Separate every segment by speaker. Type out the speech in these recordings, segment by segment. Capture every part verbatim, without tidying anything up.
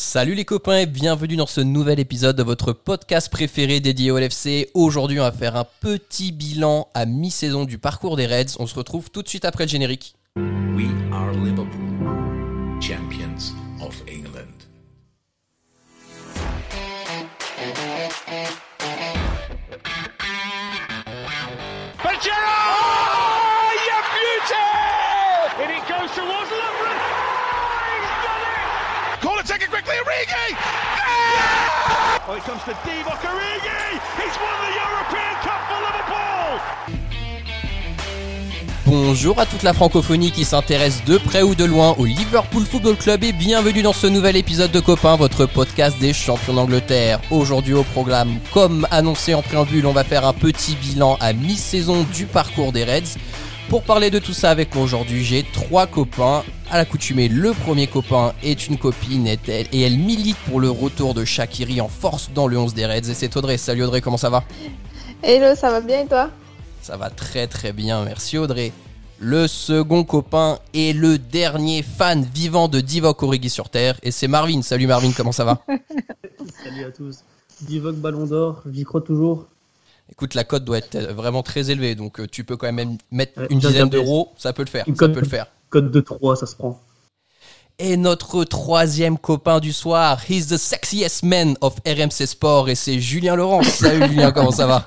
Speaker 1: Salut les copains et bienvenue dans ce nouvel épisode de votre podcast préféré dédié au L F C. Aujourd'hui, on va faire un petit bilan à mi-saison du parcours des Reds. On se retrouve tout de suite après le générique.
Speaker 2: We are Liverpool, champions of England.
Speaker 3: Pajero! Oh, you beauty! And it goes towards Lovren. Oh, he's done it! Corner taken quickly, Origi! Ah! Oh, it comes to Divock Origi! He's won the European Cup for Liverpool!
Speaker 1: Bonjour à toute la francophonie qui s'intéresse de près ou de loin au Liverpool Football Club et bienvenue dans ce nouvel épisode de Copain, votre podcast des champions d'Angleterre. Aujourd'hui au programme, comme annoncé en préambule, on va faire un petit bilan à mi-saison du parcours des Reds. Pour parler de tout ça avec moi aujourd'hui, j'ai trois copains. À l'accoutumée, le premier copain est une copine et elle, et elle milite pour le retour de Shaqiri en force dans le onze des Reds. Et c'est Audrey. Salut Audrey, comment ça va ?
Speaker 4: Hello, ça va bien et toi ?
Speaker 1: Ça va très très bien, merci Audrey. Le second copain est le dernier fan vivant de Divock Origi sur Terre et c'est Marvin. Salut Marvin, comment ça va ?
Speaker 5: Salut à tous. Divock Ballon d'Or, j'y crois toujours.
Speaker 1: Écoute, la cote doit être vraiment très élevée, donc tu peux quand même mettre
Speaker 5: Ouais,
Speaker 1: une dizaine
Speaker 5: bien
Speaker 1: d'euros, ça peut le faire,
Speaker 5: Une
Speaker 1: ça
Speaker 5: cote-
Speaker 1: peut le faire.
Speaker 5: Code de trois, ça se prend.
Speaker 1: Et notre troisième copain du soir, he's the sexiest man of R M C Sport et c'est Julien Laurent. Salut Julien, comment ça va ?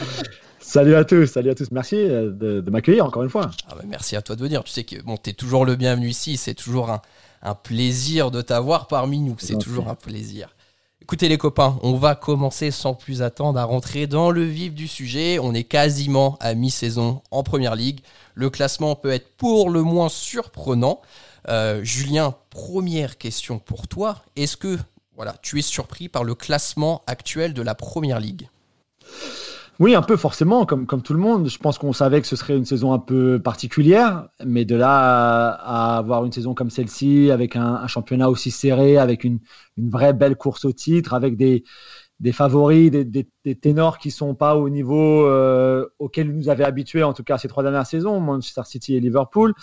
Speaker 6: Salut à tous, salut à tous. Merci de, de m'accueillir encore une fois.
Speaker 1: Ah bah merci à toi de venir. Tu sais que bon, t'es toujours le bienvenu ici. C'est toujours un, un plaisir de t'avoir parmi nous. C'est
Speaker 6: gentil.
Speaker 1: toujours un plaisir. Écoutez les copains, on va commencer sans plus attendre à rentrer dans le vif du sujet. On est quasiment à mi-saison en Première Ligue. Le classement peut être pour le moins surprenant. Euh, Julien, première question pour toi. Est-ce que voilà, tu es surpris par le classement actuel de la Première Ligue ?
Speaker 6: Oui, un peu forcément, comme, comme tout le monde. Je pense qu'on savait que ce serait une saison un peu particulière, mais de là à, à avoir une saison comme celle-ci, avec un, un championnat aussi serré, avec une, une vraie belle course au titre, avec des, des favoris, des, des, des ténors qui sont pas au niveau euh, auquel ils nous avaient habitués, en tout cas ces trois dernières saisons, Manchester City et Liverpool,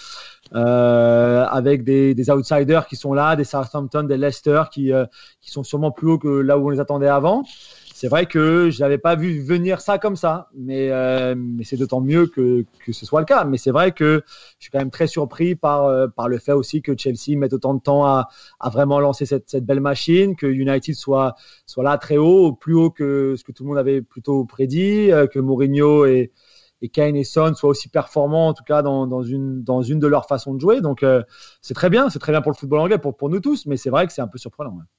Speaker 6: euh, avec des, des outsiders qui sont là, des Southampton, des Leicester qui, euh, qui sont sûrement plus hauts que là où on les attendait avant. C'est vrai que je n'avais pas vu venir ça comme ça, mais, euh, mais c'est d'autant mieux que, que ce soit le cas. Mais c'est vrai que je suis quand même très surpris par, euh, par le fait aussi que Chelsea mette autant de temps à, à vraiment lancer cette, cette belle machine, que United soit, soit là très haut, plus haut que ce que tout le monde avait plutôt prédit, euh, que Mourinho et, et Kane et Son soient aussi performants, en tout cas dans, dans, une, dans une de leurs façons de jouer. Donc euh, c'est très bien, c'est très bien pour le football anglais, pour, pour nous tous, mais c'est vrai que c'est un peu surprenant. Ouais.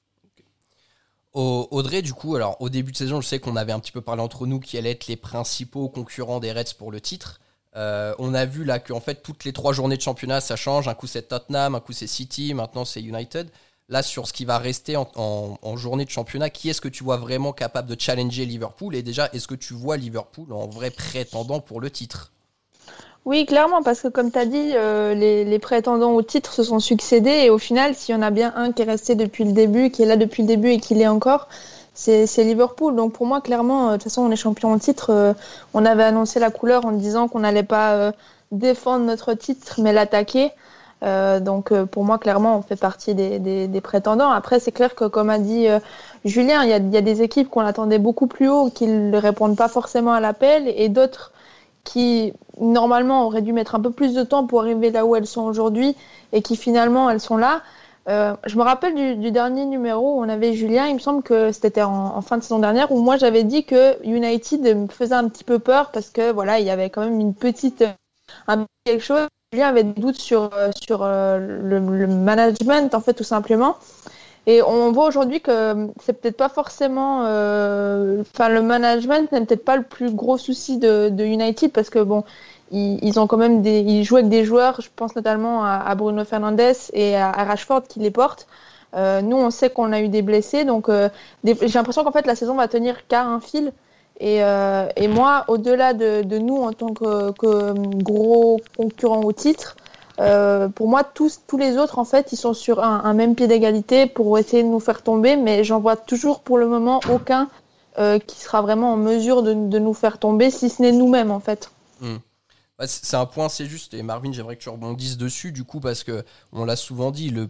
Speaker 1: Au- Audrey, du coup, alors au début de saison, je sais qu'on avait un petit peu parlé entre nous qui allaient être les principaux concurrents des Reds pour le titre. Euh, on a vu là qu'en fait toutes les trois journées de championnat ça change. Un coup c'est Tottenham, un coup c'est City, maintenant c'est United. Là sur ce qui va rester en, en, en journée de championnat, qui est-ce que tu vois vraiment capable de challenger Liverpool ? Et déjà, est-ce que tu vois Liverpool en vrai prétendant pour le titre ?
Speaker 4: Oui, clairement, parce que comme tu as dit, euh, les, les prétendants au titre se sont succédés et au final, s'il y en a bien un qui est resté depuis le début, qui est là depuis le début et qui l'est encore, c'est, c'est Liverpool. Donc pour moi, clairement, euh, de toute façon, on est champion au titre. Euh, on avait annoncé la couleur en disant qu'on n'allait pas euh, défendre notre titre, mais l'attaquer. Euh, donc euh, pour moi, clairement, on fait partie des, des, des prétendants. Après, c'est clair que comme a dit euh, Julien, il y a, il y a des équipes qu'on attendait beaucoup plus haut, qui ne répondent pas forcément à l'appel, et d'autres qui normalement auraient dû mettre un peu plus de temps pour arriver là où elles sont aujourd'hui et qui finalement elles sont là. Euh, je me rappelle du, du dernier numéro où on avait Julien, il me semble que c'était en, en fin de saison dernière, où moi j'avais dit que United me faisait un petit peu peur parce que voilà, il y avait quand même une petite un petit quelque chose. Julien avait des doutes sur sur euh, le, le management en fait tout simplement. Et on voit aujourd'hui que c'est peut-être pas forcément, enfin euh, le management n'est peut-être pas le plus gros souci de, de United parce que bon, ils, ils ont quand même des, ils jouent avec des joueurs, je pense notamment à, à Bruno Fernandes et à, à Rashford qui les portent. Euh, nous, on sait qu'on a eu des blessés, donc euh, des, j'ai l'impression qu'en fait la saison va tenir qu'à un fil. Et, euh, et moi, au-delà de, de nous en tant que, que gros concurrents au titre. Euh, pour moi, tous, tous les autres, en fait, ils sont sur un, un même pied d'égalité pour essayer de nous faire tomber, mais j'en vois toujours pour le moment aucun euh, qui sera vraiment en mesure de, de nous faire tomber, si ce n'est nous-mêmes, en fait.
Speaker 1: Mmh. C'est un point, c'est juste, et Marvin, j'aimerais que tu rebondisses dessus, du coup, parce que on l'a souvent dit, le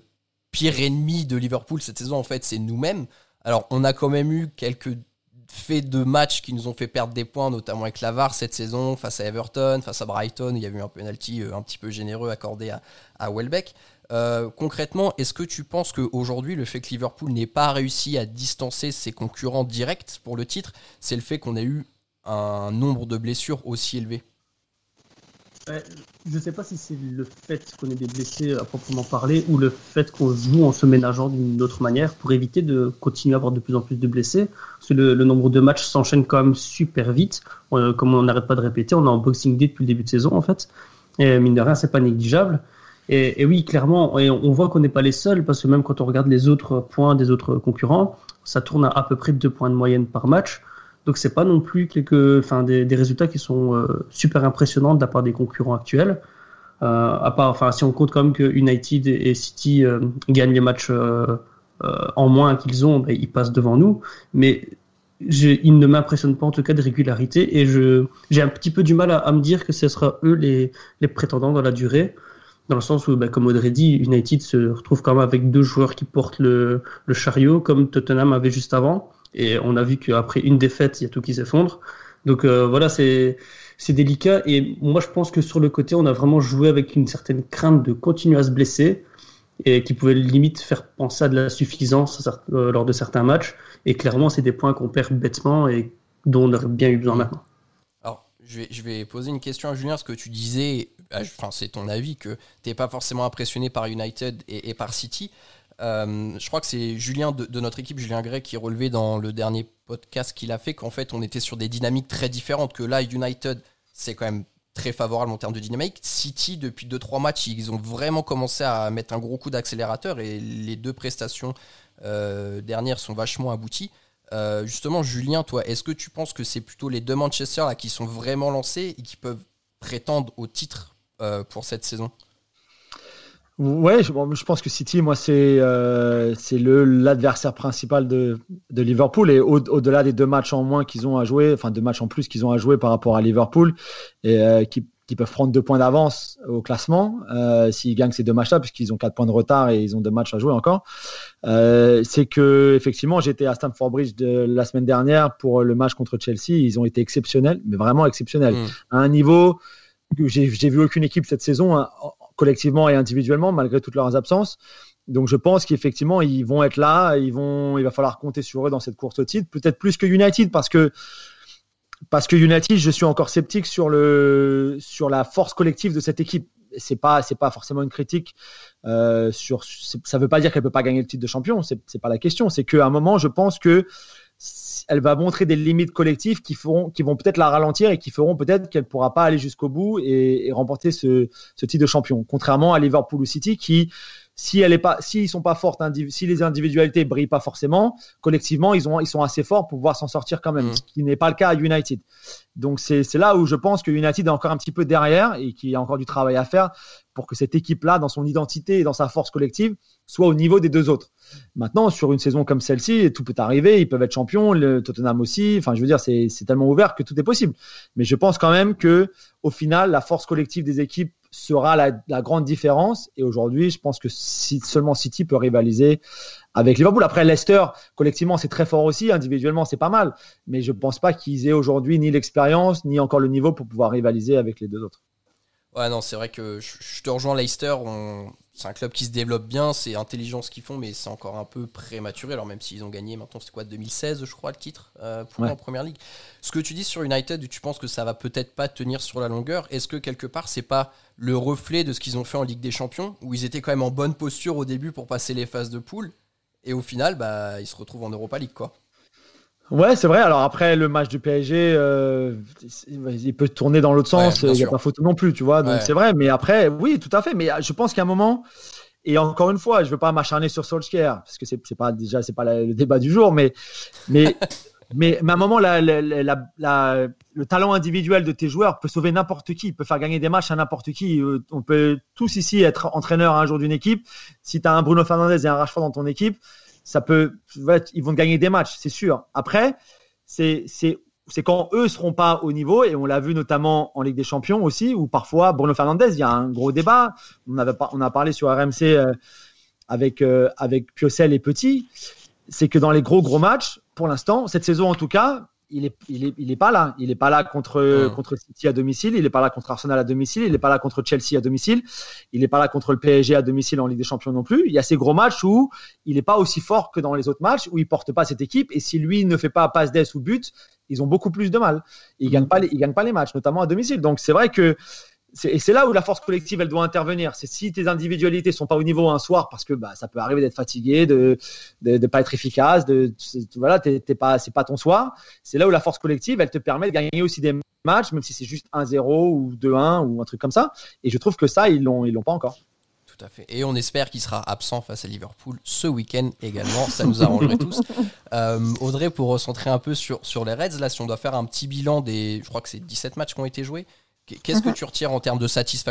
Speaker 1: pire ennemi de Liverpool cette saison, en fait, c'est nous-mêmes. Alors, on a quand même eu quelques faits de matchs qui nous ont fait perdre des points, notamment avec la V A R cette saison, face à Everton, face à Brighton, il y a eu un penalty un petit peu généreux accordé à, à Welbeck. Euh, concrètement, est-ce que tu penses qu'aujourd'hui, le fait que Liverpool n'ait pas réussi à distancer ses concurrents directs pour le titre, c'est le fait qu'on ait eu un nombre de blessures aussi élevé?
Speaker 5: Ouais, je ne sais pas si c'est le fait qu'on ait des blessés à proprement parler ou le fait qu'on joue en se ménageant d'une autre manière pour éviter de continuer à avoir de plus en plus de blessés. Parce que le, le nombre de matchs s'enchaîne quand même super vite. On, comme on n'arrête pas de répéter, on est en Boxing Day depuis le début de saison en fait. Et mine de rien, c'est pas négligeable. Et, et oui, clairement, et on voit qu'on n'est pas les seuls parce que même quand on regarde les autres points des autres concurrents, ça tourne à à peu près deux points de moyenne par match. Donc c'est pas non plus quelques, enfin des, des résultats qui sont euh, super impressionnants de la part des concurrents actuels. Euh, à part, enfin si on compte quand même que United et City euh, gagnent les matchs euh, euh, en moins qu'ils ont, ben, ils passent devant nous. Mais j'ai, ils ne m'impressionnent pas en tout cas de régularité et je j'ai un petit peu du mal à, à me dire que ce sera eux les les prétendants dans la durée. Dans le sens où, ben, comme Audrey dit, United se retrouve quand même avec deux joueurs qui portent le, le chariot, comme Tottenham avait juste avant. Et on a vu qu'après une défaite, il y a tout qui s'effondre. Donc euh, voilà, c'est, c'est délicat. Et moi, je pense que sur le côté, on a vraiment joué avec une certaine crainte de continuer à se blesser et qui pouvait limite faire penser à de la suffisance euh, lors de certains matchs. Et clairement, c'est des points qu'on perd bêtement et dont on aurait bien eu besoin maintenant.
Speaker 1: Alors, je vais, je vais poser une question à Julien, ce que tu disais, enfin, c'est ton avis, que tu n'es pas forcément impressionné par United et, et par City. Euh, je crois que c'est Julien de, de notre équipe, Julien Gray, qui relevait dans le dernier podcast qu'il a fait qu'en fait on était sur des dynamiques très différentes, que là United c'est quand même très favorable en termes de dynamique. City depuis deux trois matchs ils ont vraiment commencé à mettre un gros coup d'accélérateur et les deux prestations euh, dernières sont vachement abouties. Euh, justement Julien, toi, est-ce que tu penses que c'est plutôt les deux Manchester là qui sont vraiment lancés et qui peuvent prétendre au titre euh, pour cette saison?
Speaker 6: Ouais, je, bon, je pense que City, moi, c'est euh, c'est le l'adversaire principal de de Liverpool et au, au-delà des deux matchs en moins qu'ils ont à jouer, enfin deux matchs en plus qu'ils ont à jouer par rapport à Liverpool et euh, qui qui peuvent prendre deux points d'avance au classement euh, s'ils gagnent ces deux matchs-là, puisqu'ils ont quatre points de retard et ils ont deux matchs à jouer encore. Euh, c'est que effectivement, j'étais à Stamford Bridge de, la semaine dernière pour le match contre Chelsea. Ils ont été exceptionnels, mais vraiment exceptionnels, mmh. à un niveau que j'ai j'ai vu aucune équipe cette saison. Hein, collectivement et individuellement, malgré toutes leurs absences. Donc, je pense qu'effectivement, ils vont être là. Ils vont, il va falloir compter sur eux dans cette course au titre. Peut-être plus que United, parce que, parce que United, je suis encore sceptique sur le, sur la force collective de cette équipe. C'est pas, c'est pas forcément une critique. Euh, sur, ça veut pas dire qu'elle peut pas gagner le titre de champion. C'est, c'est pas la question. C'est qu'à un moment, je pense que elle va montrer des limites collectives qui feront, qui vont peut-être la ralentir et qui feront peut-être qu'elle pourra pas aller jusqu'au bout et, et remporter ce, ce titre de champion. Contrairement à Liverpool ou City qui, si elle est pas, s'ils sont pas fortes, indiv- si les individualités brillent pas forcément, collectivement, ils ont, ils sont assez forts pour pouvoir s'en sortir quand même, mmh. ce qui n'est pas le cas à United. Donc c'est, c'est là où je pense que United est encore un petit peu derrière et qu'il y a encore du travail à faire pour que cette équipe-là, dans son identité et dans sa force collective, soit au niveau des deux autres. Maintenant, sur une saison comme celle-ci, tout peut arriver. Ils peuvent être champions, le Tottenham aussi. Enfin, je veux dire, c'est, c'est tellement ouvert que tout est possible. Mais je pense quand même que, au final, la force collective des équipes sera la, la grande différence. Et aujourd'hui, je pense que si, seulement City peut rivaliser avec Liverpool. Après, Leicester, collectivement, c'est très fort aussi. Individuellement, c'est pas mal. Mais je pense pas qu'ils aient aujourd'hui ni l'expérience, ni encore le niveau pour pouvoir rivaliser avec les deux autres.
Speaker 1: Ouais, non, c'est vrai que je, je te rejoins, Leicester. On... C'est un club qui se développe bien, c'est intelligent ce qu'ils font, mais c'est encore un peu prématuré. Alors, même s'ils ont gagné maintenant, c'est quoi, deux mille seize, je crois, le titre euh, pour ouais. en première ligue. Ce que tu dis sur United, tu penses que ça va peut-être pas tenir sur la longueur. Est-ce que quelque part, c'est pas le reflet de ce qu'ils ont fait en Ligue des Champions, où ils étaient quand même en bonne posture au début pour passer les phases de poule, et au final, bah, ils se retrouvent en Europa League, quoi.
Speaker 6: Ouais, c'est vrai. Alors après, le match du P S G, euh, il peut tourner dans l'autre sens. Ouais, il n'y a pas photo non plus, tu vois. Donc ouais. c'est vrai. Mais après, oui, tout à fait. Mais je pense qu'à un moment, et encore une fois, je veux pas m'acharner sur Solskjaer parce que c'est, c'est pas déjà, c'est pas la, le débat du jour, mais mais mais, mais à un moment, la, la, la, la, le talent individuel de tes joueurs peut sauver n'importe qui, peut faire gagner des matchs à n'importe qui. On peut tous ici être entraîneurs un jour d'une équipe. Si tu as un Bruno Fernandes et un Rashford dans ton équipe, ça peut, ils vont gagner des matchs, c'est sûr. Après, c'est, c'est, c'est quand eux seront pas au niveau, et on l'a vu notamment en Ligue des Champions aussi, où parfois Bruno Fernandes, il y a un gros débat. On avait, on a parlé sur R M C euh, avec, euh, avec Piocel et Petit, c'est que dans les gros gros matchs, pour l'instant, cette saison en tout cas, il est, il est, il est pas là. Il est pas là contre, mmh. contre City à domicile. Il est pas là contre Arsenal à domicile. Il est pas là contre Chelsea à domicile. Il est pas là contre le P S G à domicile en Ligue des Champions non plus. Il y a ces gros matchs où il est pas aussi fort que dans les autres matchs où il porte pas cette équipe. Et si lui ne fait pas passe d'ess ou but, ils ont beaucoup plus de mal. Ils gagnent pas les, ils gagnent pas les matchs, notamment à domicile. Donc c'est vrai que C'est, et c'est là où la force collective, elle doit intervenir. C'est si tes individualités sont pas au niveau un soir, parce que bah, ça peut arriver d'être fatigué, de de, de pas être efficace, de voilà, t'es, t'es pas, c'est pas ton soir. C'est là où la force collective, elle te permet de gagner aussi des matchs, même si c'est juste un zéro ou deux un ou un truc comme ça. Et je trouve que ça, ils l'ont, ils l'ont pas encore.
Speaker 1: Tout à fait. Et on espère qu'il sera absent face à Liverpool ce week-end également. Ça nous arrangerait tous. Euh, Audrey, pour recentrer un peu sur sur les Reds, là, si on doit faire un petit bilan des, je crois que c'est dix-sept matchs qui ont été joués. Qu'est-ce que tu retires en termes de satisfaction ?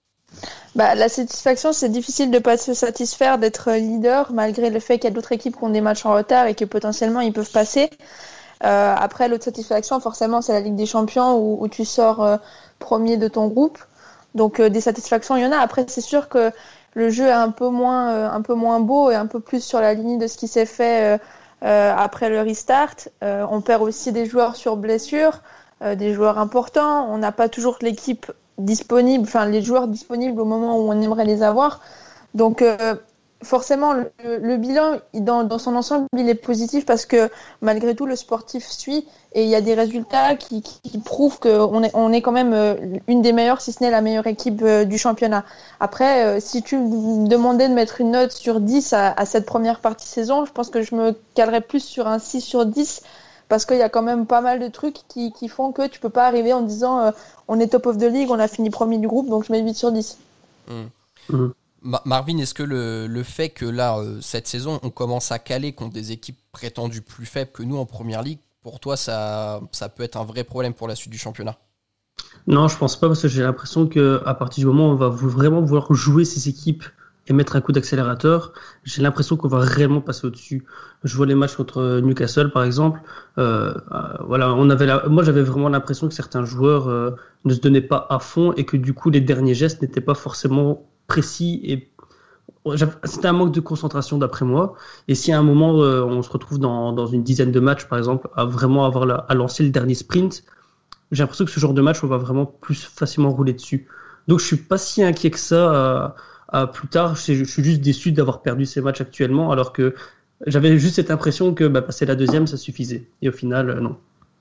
Speaker 4: Bah, la satisfaction, c'est difficile de ne pas se satisfaire d'être leader malgré le fait qu'il y a d'autres équipes qui ont des matchs en retard et que potentiellement ils peuvent passer. Euh, après, l'autre satisfaction, forcément, c'est la Ligue des Champions où, où tu sors euh, premier de ton groupe. Donc euh, des satisfactions, il y en a. Après, c'est sûr que le jeu est un peu moins, euh, un peu moins beau et un peu plus sur la ligne de ce qui s'est fait euh, euh, après le restart. Euh, on perd aussi des joueurs sur blessure. Euh, des joueurs importants, on n'a pas toujours l'équipe disponible, enfin les joueurs disponibles au moment où on aimerait les avoir. Donc euh, forcément le, le bilan dans, dans son ensemble il est positif parce que malgré tout le sportif suit et il y a des résultats qui, qui, qui prouvent qu'on est, on est quand même euh, une des meilleures, si ce n'est la meilleure équipe euh, du championnat. Après, euh, si tu me demandais de mettre une note sur dix à, à cette première partie de saison, je pense que je me calerais plus sur un six sur dix. Parce qu'il y a quand même pas mal de trucs qui, qui font que tu peux pas arriver en disant euh, on est top of the league, on a fini premier du groupe, donc je mets huit sur dix.
Speaker 1: Mmh. Mmh. Ma- Marvin, est-ce que le, le fait que là, euh, cette saison, on commence à caler contre des équipes prétendues plus faibles que nous en première ligue, pour toi, ça, ça peut être un vrai problème pour la suite du championnat ?
Speaker 5: Non, je pense pas, parce que j'ai l'impression qu'à partir du moment où on va vraiment vouloir jouer ces équipes et mettre un coup d'accélérateur, j'ai l'impression qu'on va réellement passer au-dessus. Je vois les matchs contre Newcastle, par exemple. Euh, euh, voilà, on avait la... Moi, j'avais vraiment l'impression que certains joueurs euh, ne se donnaient pas à fond et que du coup, les derniers gestes n'étaient pas forcément précis. Et c'était un manque de concentration, d'après moi. Et si à un moment, euh, on se retrouve dans, dans une dizaine de matchs, par exemple, à vraiment avoir la... à lancer le dernier sprint, j'ai l'impression que ce genre de match, on va vraiment plus facilement rouler dessus. Donc, je suis pas si inquiet que ça. Euh... À plus tard, je suis juste déçu d'avoir perdu ces matchs actuellement, alors que j'avais juste cette impression que bah, passer la deuxième, ça suffisait. Et au final, euh, non.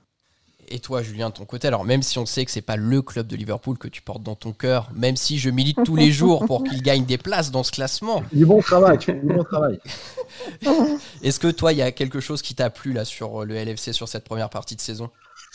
Speaker 1: Et toi, Julien, de ton côté, alors même si on sait que c'est pas le club de Liverpool que tu portes dans ton cœur, même si je milite tous les jours pour qu'il gagne des places dans ce classement.
Speaker 6: Du bon travail, tu fais du bon travail.
Speaker 1: Est-ce que toi, il y a quelque chose qui t'a plu là sur le L F C sur cette première partie de saison ?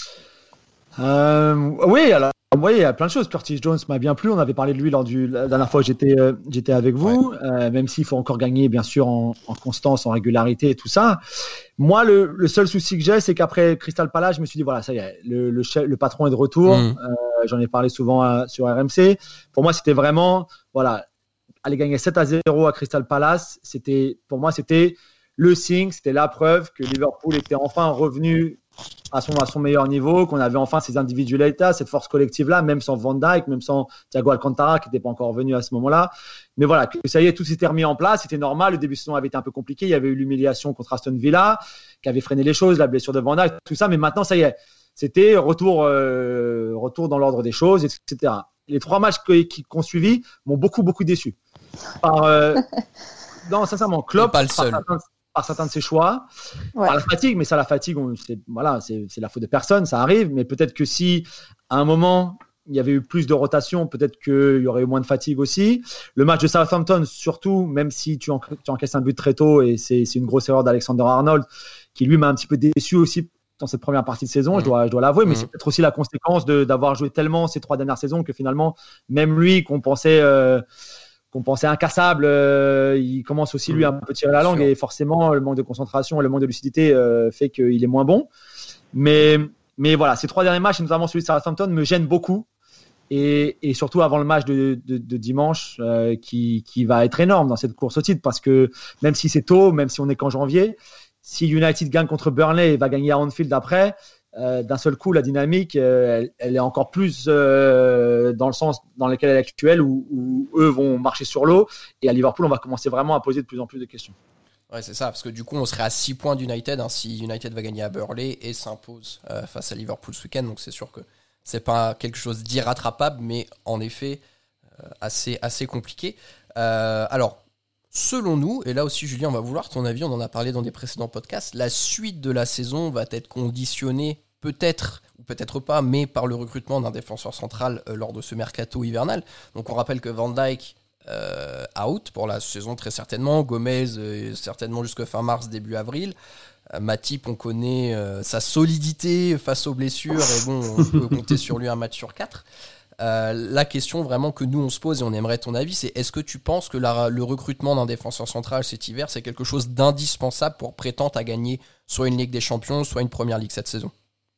Speaker 6: Euh, oui, alors, oui, il y a plein de choses. Curtis Jones m'a bien plu. On avait parlé de lui lors du la dernière fois que j'étais, euh, j'étais avec vous. Ouais. Euh, même s'il faut encore gagner, bien sûr, en, en constance, en régularité et tout ça. Moi, le, le seul souci que j'ai, c'est qu'après Crystal Palace, je me suis dit, voilà, ça y est, le, le, chef, le patron est de retour. Mmh. Euh, j'en ai parlé souvent à, sur R M C. Pour moi, c'était vraiment, voilà, aller gagner sept à zéro à Crystal Palace. C'était, pour moi, c'était le signe, c'était la preuve que Liverpool était enfin revenu à son, à son meilleur niveau, qu'on avait enfin ces individualités, cette force collective-là, même sans Van Dijk, même sans Thiago Alcantara qui n'était pas encore revenu à ce moment-là. Mais voilà, que ça y est, tout s'était remis en place, c'était normal. Le début de saison avait été un peu compliqué, il y avait eu l'humiliation contre Aston Villa qui avait freiné les choses, la blessure de Van Dijk, tout ça. Mais maintenant, ça y est, c'était retour, euh, retour dans l'ordre des choses, et cetera. Les trois matchs qui, qui, qu'on suivi m'ont beaucoup, beaucoup déçu. Par, euh, non, sincèrement, Klopp,
Speaker 1: pas le seul.
Speaker 6: Par, par, par certains de ses choix, ouais. Par la fatigue, mais ça, la fatigue, on, c'est, voilà, c'est, c'est la faute de personne, ça arrive. Mais peut-être que si, à un moment, il y avait eu plus de rotation, peut-être qu'il y aurait eu moins de fatigue aussi. Le match de Southampton, surtout, même si tu, en, tu encaisses un but très tôt, et c'est, c'est une grosse erreur d'Alexander Arnold, qui lui m'a un petit peu déçu aussi dans cette première partie de saison, mmh. je, dois, je dois l'avouer, mmh. mais c'est peut-être aussi la conséquence de, d'avoir joué tellement ces trois dernières saisons que finalement, même lui, qu'on pensait... Euh, qu'on pensait incassable, euh, il commence aussi lui à un peu tirer la langue et forcément le manque de concentration et le manque de lucidité euh, fait qu'il est moins bon. Mais, mais voilà, ces trois derniers matchs, notamment celui de Southampton, me gênent beaucoup et, et surtout avant le match de, de, de dimanche euh, qui, qui va être énorme dans cette course au titre parce que même si c'est tôt, même si on est qu'en janvier, si United gagne contre Burnley et va gagner à Anfield après, euh, d'un seul coup, la dynamique, euh, elle, elle est encore plus euh, dans le sens dans lequel elle est actuelle, où, où eux vont marcher sur l'eau. Et à Liverpool, on va commencer vraiment à poser de plus en plus de questions.
Speaker 1: Ouais, c'est ça, parce que du coup, on serait à six points d'United hein, si United va gagner à Burnley et s'impose euh, face à Liverpool ce week-end. Donc c'est sûr que c'est pas quelque chose d'irrattrapable, mais en effet, euh, assez, assez compliqué. Euh, alors, selon nous, et là aussi Julien, on va vouloir ton avis, on en a parlé dans des précédents podcasts, la suite de la saison va être conditionnée peut-être, ou peut-être pas, mais par le recrutement d'un défenseur central euh, lors de ce mercato hivernal. Donc on rappelle que Van Dijk euh, out pour la saison très certainement, Gomez euh, certainement jusque fin mars, début avril. Euh, Matip, on connaît euh, sa solidité face aux blessures, et bon, on peut compter sur lui un match sur quatre. Euh, la question vraiment que nous on se pose et on aimerait ton avis, c'est est-ce que tu penses que la, le recrutement d'un défenseur central cet hiver c'est quelque chose d'indispensable pour prétendre à gagner soit une Ligue des Champions, soit une Première Ligue cette saison?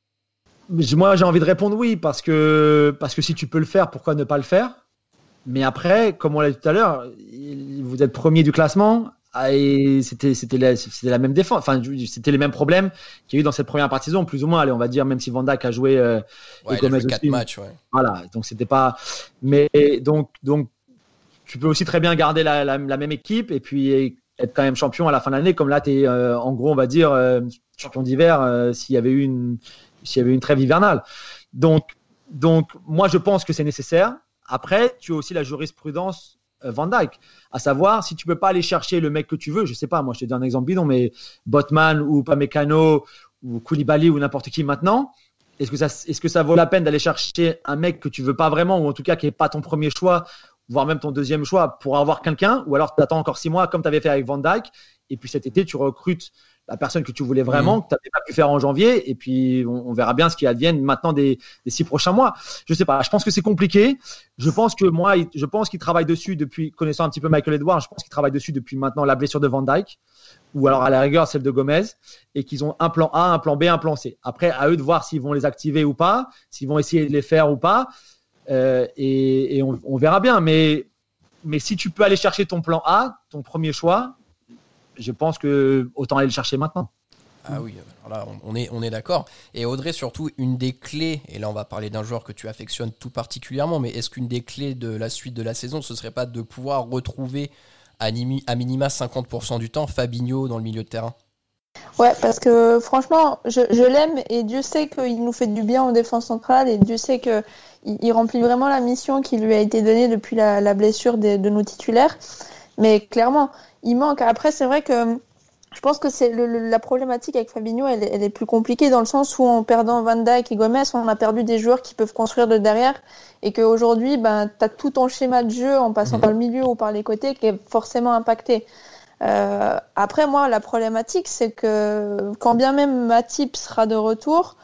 Speaker 6: Moi j'ai envie de répondre oui, parce que, parce que si tu peux le faire, pourquoi ne pas le faire? Mais après, comme on l'a dit tout à l'heure, vous êtes premier du classement et c'était, c'était, la, c'était la même défense, enfin c'était les mêmes problèmes qu'il y a eu dans cette première partie de saison, plus ou moins. Allez, on va dire, même si Van Dijk a joué, euh,
Speaker 1: ouais,
Speaker 6: et Gomez
Speaker 1: quatre matchs, ouais.
Speaker 6: Voilà, donc c'était pas. Mais donc, donc tu peux aussi très bien garder la, la, la même équipe et puis être quand même champion à la fin de l'année, comme là, tu es euh, en gros, on va dire, euh, champion d'hiver euh, s'il y avait eu une, s'il y avait eu une trêve hivernale. Donc, donc, moi, je pense que c'est nécessaire. Après, tu as aussi la jurisprudence euh, Van Dijk, à savoir si tu peux pas aller chercher le mec que tu veux, je sais pas, moi je te dis un exemple bidon, mais Botman ou Upamecano ou Koulibaly ou n'importe qui maintenant, est-ce que ça, est-ce que ça vaut la peine d'aller chercher un mec que tu veux pas vraiment, ou en tout cas qui est pas ton premier choix, voire même ton deuxième choix pour avoir quelqu'un, ou alors tu attends encore six mois comme tu avais fait avec Van Dijk, et puis cet été tu recrutes la personne que tu voulais vraiment, mmh. que tu n'avais pas pu faire en janvier, et puis on, on verra bien ce qui advienne maintenant des, des six prochains mois. Je sais pas, je pense que c'est compliqué. Je pense que moi, je pense qu'il travaille dessus depuis, connaissant un petit peu Michael Edwards, je pense qu'il travaille dessus depuis maintenant la blessure de Van Dijk, ou alors à la rigueur celle de Gomez, et qu'ils ont un plan A, un plan B, un plan C. Après, à eux de voir s'ils vont les activer ou pas, s'ils vont essayer de les faire ou pas, euh, et, et on, on verra bien. Mais, mais si tu peux aller chercher ton plan A, ton premier choix, je pense que autant aller le chercher maintenant.
Speaker 1: Ah oui, alors là, on est, on est d'accord. Et Audrey, surtout, une des clés, et là on va parler d'un joueur que tu affectionnes tout particulièrement, mais est-ce qu'une des clés de la suite de la saison, ce serait pas de pouvoir retrouver à, nimi, à minima cinquante pour cent du temps Fabinho dans le milieu de terrain?
Speaker 4: Ouais, parce que franchement, je, je l'aime et Dieu sait qu'il nous fait du bien en défense centrale et Dieu sait qu'il il remplit vraiment la mission qui lui a été donnée depuis la, la blessure de, de nos titulaires. Mais clairement, il manque. Après, c'est vrai que je pense que c'est le, le, la problématique avec Fabinho, elle, elle est plus compliquée dans le sens où en perdant Van Dijk et Gomez, on a perdu des joueurs qui peuvent construire de derrière et qu'aujourd'hui, ben, tu as tout ton schéma de jeu en passant mmh. par le milieu ou par les côtés qui est forcément impacté. Euh, après, moi, la problématique, c'est que quand bien même Matip sera de retour,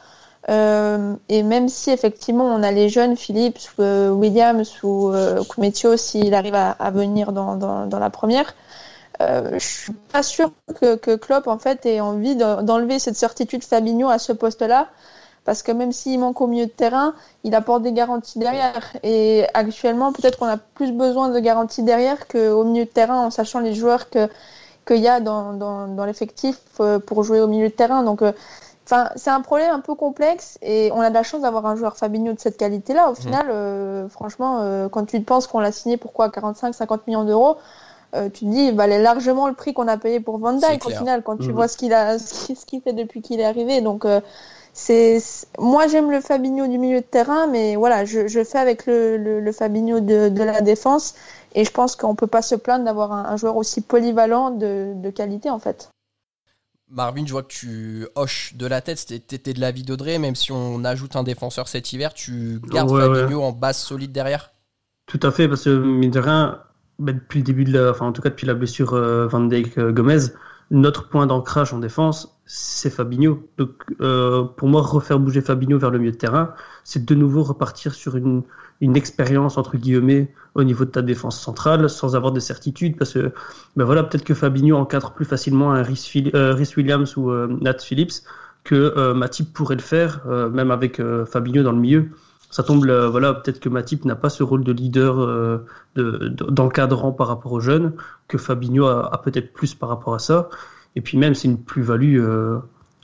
Speaker 4: euh, et même si effectivement on a les jeunes, Phillips, euh, Williams ou euh, Koumetio, s'il arrive à, à venir dans, dans, dans la première, euh, je suis pas sûre que, que Klopp en fait ait envie de, d'enlever cette certitude Fabinho à ce poste-là, parce que même s'il manque au milieu de terrain, il apporte des garanties derrière. Et actuellement, peut-être qu'on a plus besoin de garanties derrière qu'au milieu de terrain, en sachant les joueurs que qu'il y a dans, dans, dans l'effectif pour jouer au milieu de terrain. Donc, enfin, c'est un problème un peu complexe et on a de la chance d'avoir un joueur Fabinho de cette qualité-là. Au final, mmh. euh, franchement, euh, quand tu te penses qu'on l'a signé pour quoi, quarante-cinq à cinquante millions d'euros, euh, tu te dis, il valait largement le prix qu'on a payé pour Van Dijk au final, quand mmh. tu vois ce qu'il a, ce qu'il fait depuis qu'il est arrivé. Donc, euh, c'est, c'est, moi, j'aime le Fabinho du milieu de terrain, mais voilà, je, je fais avec le, le, le Fabinho de, de la défense. Et je pense qu'on ne peut pas se plaindre d'avoir un, un joueur aussi polyvalent de, de qualité, en fait.
Speaker 1: Marvin, je vois que tu hoches de la tête. Tu étais de l'avis d'Audrey. Même si on ajoute un défenseur cet hiver, tu gardes ouais, Fabinho ouais. en base solide derrière?
Speaker 5: Tout à fait, parce que, mine de rien, bah, depuis le début de la... Enfin, en tout cas, depuis la blessure euh, Van Dijk-Gomez, notre point d'ancrage en défense, c'est Fabinho. Donc, euh, pour moi, refaire bouger Fabinho vers le milieu de terrain, c'est de nouveau repartir sur une, une expérience, entre guillemets, au niveau de ta défense centrale, sans avoir de certitude, parce que, ben voilà, peut-être que Fabinho encadre plus facilement un Rhys euh, Williams ou euh, Nat Phillips que euh, Matip pourrait le faire, euh, même avec euh, Fabinho dans le milieu. Ça tombe, euh, voilà, peut-être que Matip n'a pas ce rôle de leader, euh, de, de, d'encadrant par rapport aux jeunes, que Fabinho a, a peut-être plus par rapport à ça. Et puis même, c'est une plus-value euh,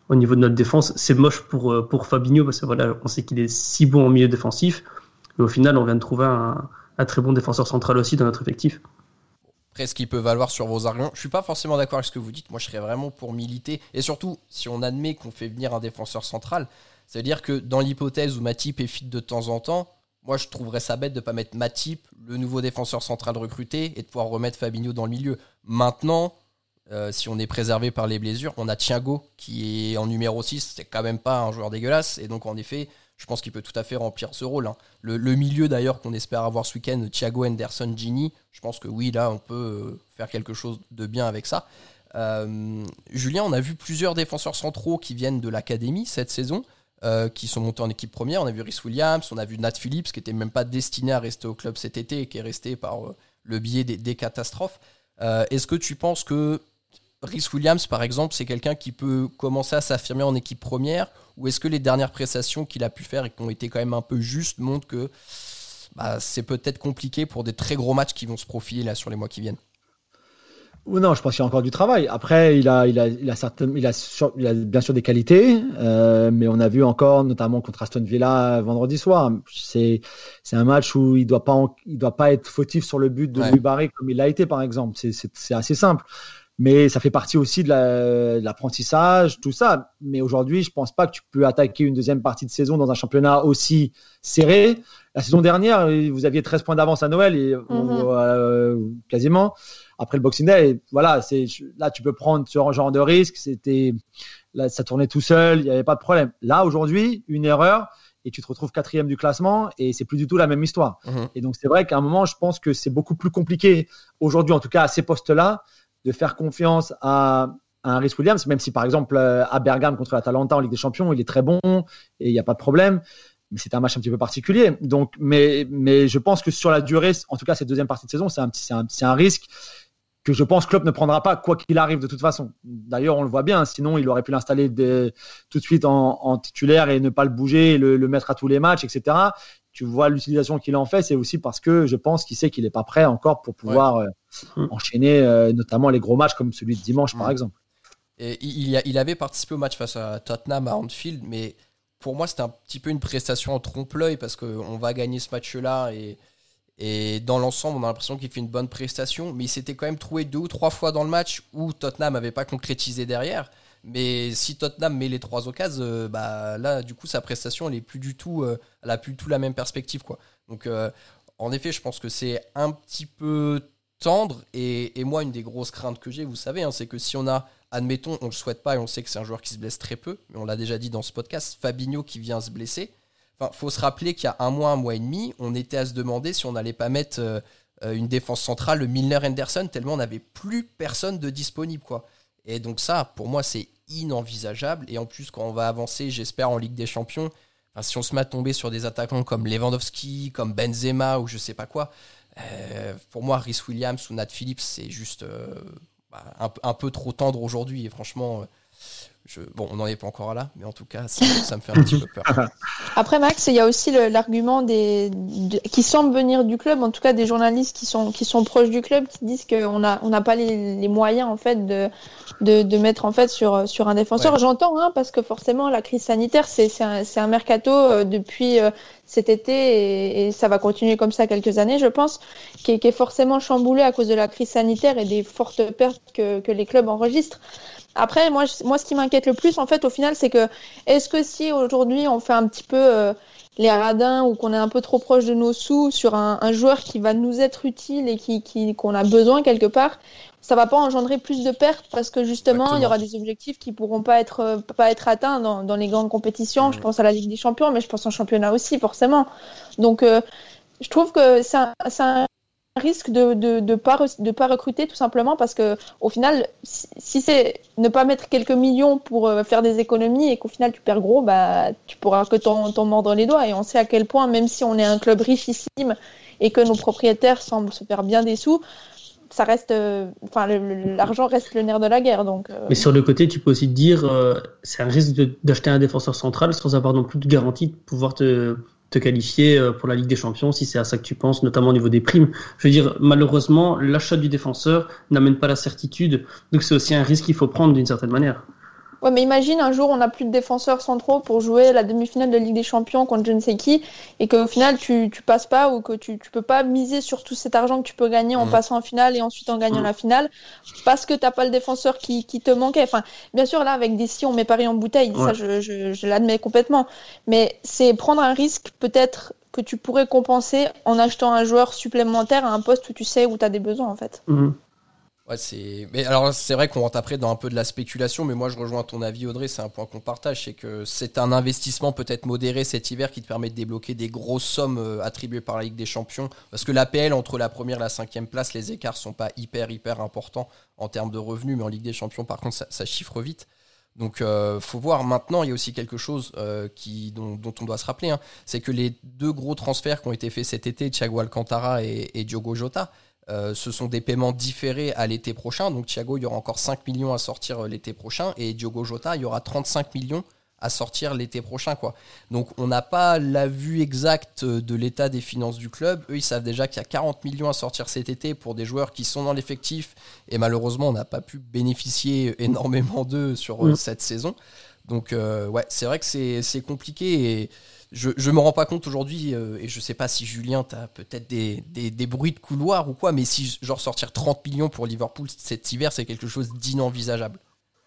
Speaker 5: au niveau de notre défense. C'est moche pour, pour Fabinho parce que voilà, on sait qu'il est si bon en milieu défensif. Mais au final, on vient de trouver un, un très bon défenseur central aussi dans notre effectif.
Speaker 1: Après, ce qui peut valoir sur vos arguments, je suis pas forcément d'accord avec ce que vous dites. Moi, je serais vraiment pour militer. Et surtout, si on admet qu'on fait venir un défenseur central, ça veut dire que dans l'hypothèse où Matip est fit de temps en temps, moi, je trouverais ça bête de ne pas mettre Matip, le nouveau défenseur central recruté, et de pouvoir remettre Fabinho dans le milieu. Maintenant, euh, si on est préservé par les blessures, on a Thiago qui est en numéro six, c'est quand même pas un joueur dégueulasse. Et donc, en effet, je pense qu'il peut tout à fait remplir ce rôle. Hein. Le, le milieu, d'ailleurs, qu'on espère avoir ce week-end, Thiago, Henderson, Gini, je pense que oui, là, on peut faire quelque chose de bien avec ça. Euh, Julien, on a vu plusieurs défenseurs centraux qui viennent de l'académie cette saison, euh, qui sont montés en équipe première. On a vu Rhys Williams, on a vu Nat Phillips, qui n'était même pas destiné à rester au club cet été et qui est resté par euh, le biais des, des catastrophes. Euh, est-ce que tu penses que Rhys Williams, par exemple, c'est quelqu'un qui peut commencer à s'affirmer en équipe première, ou est-ce que les dernières prestations qu'il a pu faire et qui ont été quand même un peu justes montrent que bah, c'est peut-être compliqué pour des très gros matchs qui vont se profiler là sur les mois qui viennent?
Speaker 6: Ou non, je pense qu'il y a encore du travail. Après, il a, il a, il a, certaines, il a, sur, il a bien sûr des qualités, euh, mais on a vu encore, notamment contre Aston Villa vendredi soir, c'est, c'est un match où il doit pas, en, il doit pas être fautif sur le but de ouais. Louis Barré comme il l'a été, par exemple. C'est, c'est, c'est assez simple. Mais ça fait partie aussi de, la, de l'apprentissage, tout ça. Mais aujourd'hui, je pense pas que tu peux attaquer une deuxième partie de saison dans un championnat aussi serré. La saison dernière, vous aviez treize points d'avance à Noël, et, mm-hmm. euh, quasiment. Après le Boxing Day, voilà, c'est, là, tu peux prendre ce genre de risque. C'était, là, ça tournait tout seul, il n'y avait pas de problème. Là, aujourd'hui, une erreur, et tu te retrouves quatrième du classement, et c'est plus du tout la même histoire. Mm-hmm. Et donc, c'est vrai qu'à un moment, je pense que c'est beaucoup plus compliqué, aujourd'hui, en tout cas, à ces postes-là, de faire confiance à, à un Rhys Williams, même si par exemple à Bergame contre l'Atalanta en Ligue des Champions, il est très bon et il n'y a pas de problème, mais c'est un match un petit peu particulier. Donc, mais, mais je pense que sur la durée, en tout cas cette deuxième partie de saison, c'est un, c'est un, c'est un risque que je pense que Klopp ne prendra pas quoi qu'il arrive de toute façon. D'ailleurs, on le voit bien, sinon il aurait pu l'installer de, tout de suite en, en titulaire et ne pas le bouger, le, le mettre à tous les matchs, et cetera. Tu vois l'utilisation qu'il en fait, c'est aussi parce que je pense qu'il sait qu'il n'est pas prêt encore pour pouvoir ouais. euh, enchaîner euh, notamment les gros matchs comme celui de dimanche ouais. par exemple.
Speaker 1: Et il, a, il avait participé au match face à Tottenham à Anfield, mais pour moi c'était un petit peu une prestation en trompe-l'œil parce qu'on va gagner ce match-là et, et dans l'ensemble on a l'impression qu'il fait une bonne prestation, mais il s'était quand même trouvé deux ou trois fois dans le match où Tottenham n'avait pas concrétisé derrière. Mais si Tottenham met les trois occasions, euh, bah là du coup sa prestation elle est plus du tout, euh, elle a plus du tout la même perspective quoi. Donc euh, en effet je pense que c'est un petit peu tendre et, et moi une des grosses craintes que j'ai, vous savez, hein, c'est que si on a, admettons, on le souhaite pas et on sait que c'est un joueur qui se blesse très peu, mais on l'a déjà dit dans ce podcast, Fabinho qui vient se blesser. Enfin faut se rappeler qu'il y a un mois, un mois et demi, on était à se demander si on n'allait pas mettre euh, une défense centrale, le Milner-Henderson, tellement on n'avait plus personne de disponible quoi. Et donc ça, pour moi, c'est inenvisageable. Et en plus, quand on va avancer, j'espère, en Ligue des Champions, enfin, si on se met à tomber sur des attaquants comme Lewandowski, comme Benzema ou je sais pas quoi, euh, pour moi, Rhys Williams ou Nat Phillips, c'est juste euh, bah, un, un peu trop tendre aujourd'hui. Et franchement, euh, je, bon, on n'en est pas encore là, mais en tout cas, ça, ça me fait un petit peu peur.
Speaker 4: Après, Max, il y a aussi le, l'argument des, de, qui semble venir du club, en tout cas des journalistes qui sont, qui sont proches du club, qui disent qu'on n'a on n'a pas les, les moyens en fait de, de, de mettre en fait sur, sur un défenseur. Ouais. J'entends, hein, parce que forcément la crise sanitaire, c'est, c'est, un, c'est un mercato euh, depuis euh, cet été et, et ça va continuer comme ça quelques années, je pense, qui est, qui est forcément chamboulé à cause de la crise sanitaire et des fortes pertes que, que les clubs enregistrent. Après, moi, moi, ce qui m'inquiète le plus, en fait, au final, c'est que est-ce que si aujourd'hui on fait un petit peu euh, les radins ou qu'on est un peu trop proche de nos sous sur un, un joueur qui va nous être utile et qui, qui, qu'on a besoin quelque part, ça va pas engendrer plus de pertes parce que justement, Exactement. Il y aura des objectifs qui pourront pas être euh, pas être atteints dans, dans les grandes compétitions. Mmh. Je pense à la Ligue des Champions, mais je pense en championnat aussi, forcément. Donc, euh, je trouve que c'est un, c'est un risque de de de pas de pas recruter tout simplement parce que au final si, si c'est ne pas mettre quelques millions pour euh, faire des économies et qu'au final tu perds gros, bah tu pourras que t'en, t'en mordre les doigts. Et on sait à quel point, même si on est un club richissime et que nos propriétaires semblent se faire bien des sous, ça reste enfin euh, l'argent reste le nerf de la guerre. Donc euh...
Speaker 5: mais sur le côté tu peux aussi te dire euh, c'est un risque de, d'acheter un défenseur central sans avoir non plus de garantie de pouvoir te te qualifier pour la Ligue des Champions, si c'est à ça que tu penses, notamment au niveau des primes. Je veux dire, malheureusement, l'achat du défenseur n'amène pas la certitude, donc c'est aussi un risque qu'il faut prendre d'une certaine manière.
Speaker 4: Ouais, mais imagine un jour on n'a plus de défenseurs centraux pour jouer la demi-finale de Ligue des Champions contre je ne sais qui et qu'au final tu tu passes pas ou que tu tu peux pas miser sur tout cet argent que tu peux gagner en mmh. passant en finale et ensuite en gagnant mmh. la finale parce que t'as pas le défenseur qui qui te manquait. Enfin, bien sûr là avec Dessy on met Paris en bouteille, ouais. ça je je je l'admets complètement, mais c'est prendre un risque peut-être que tu pourrais compenser en achetant un joueur supplémentaire à un poste où tu sais où tu as des besoins en fait.
Speaker 5: Mmh.
Speaker 1: Ouais, c'est. Mais alors, c'est vrai qu'on rentre après dans un peu de la spéculation, mais moi je rejoins ton avis, Audrey. C'est un point qu'on partage, c'est que c'est un investissement peut-être modéré cet hiver qui te permet de débloquer des grosses sommes euh, attribuées par la Ligue des Champions. Parce que l'A P L, entre la première et la cinquième place, les écarts sont pas hyper hyper importants en termes de revenus, mais en Ligue des Champions, par contre, ça, ça chiffre vite. Donc, euh, faut voir. Maintenant, il y a aussi quelque chose euh, qui, dont, dont on doit se rappeler, hein, c'est que les deux gros transferts qui ont été faits cet été, Thiago Alcantara et, et Diogo Jota. Euh, ce sont des paiements différés à l'été prochain. Donc Thiago, il y aura encore cinq millions à sortir l'été prochain. Et Diogo Jota, il y aura trente-cinq millions à sortir l'été prochain, quoi. Donc on n'a pas la vue exacte de l'état des finances du club. Eux, ils savent déjà qu'il y a quarante millions à sortir cet été pour des joueurs qui sont dans l'effectif. Et malheureusement, on n'a pas pu bénéficier énormément d'eux sur euh, mmh. cette saison. Donc euh, ouais, c'est vrai que c'est, c'est compliqué et je je me rends pas compte aujourd'hui euh, et je sais pas si Julien t'as peut-être des, des, des bruits de couloir ou quoi, mais si genre sortir trente millions pour Liverpool cet hiver, c'est quelque chose d'inenvisageable.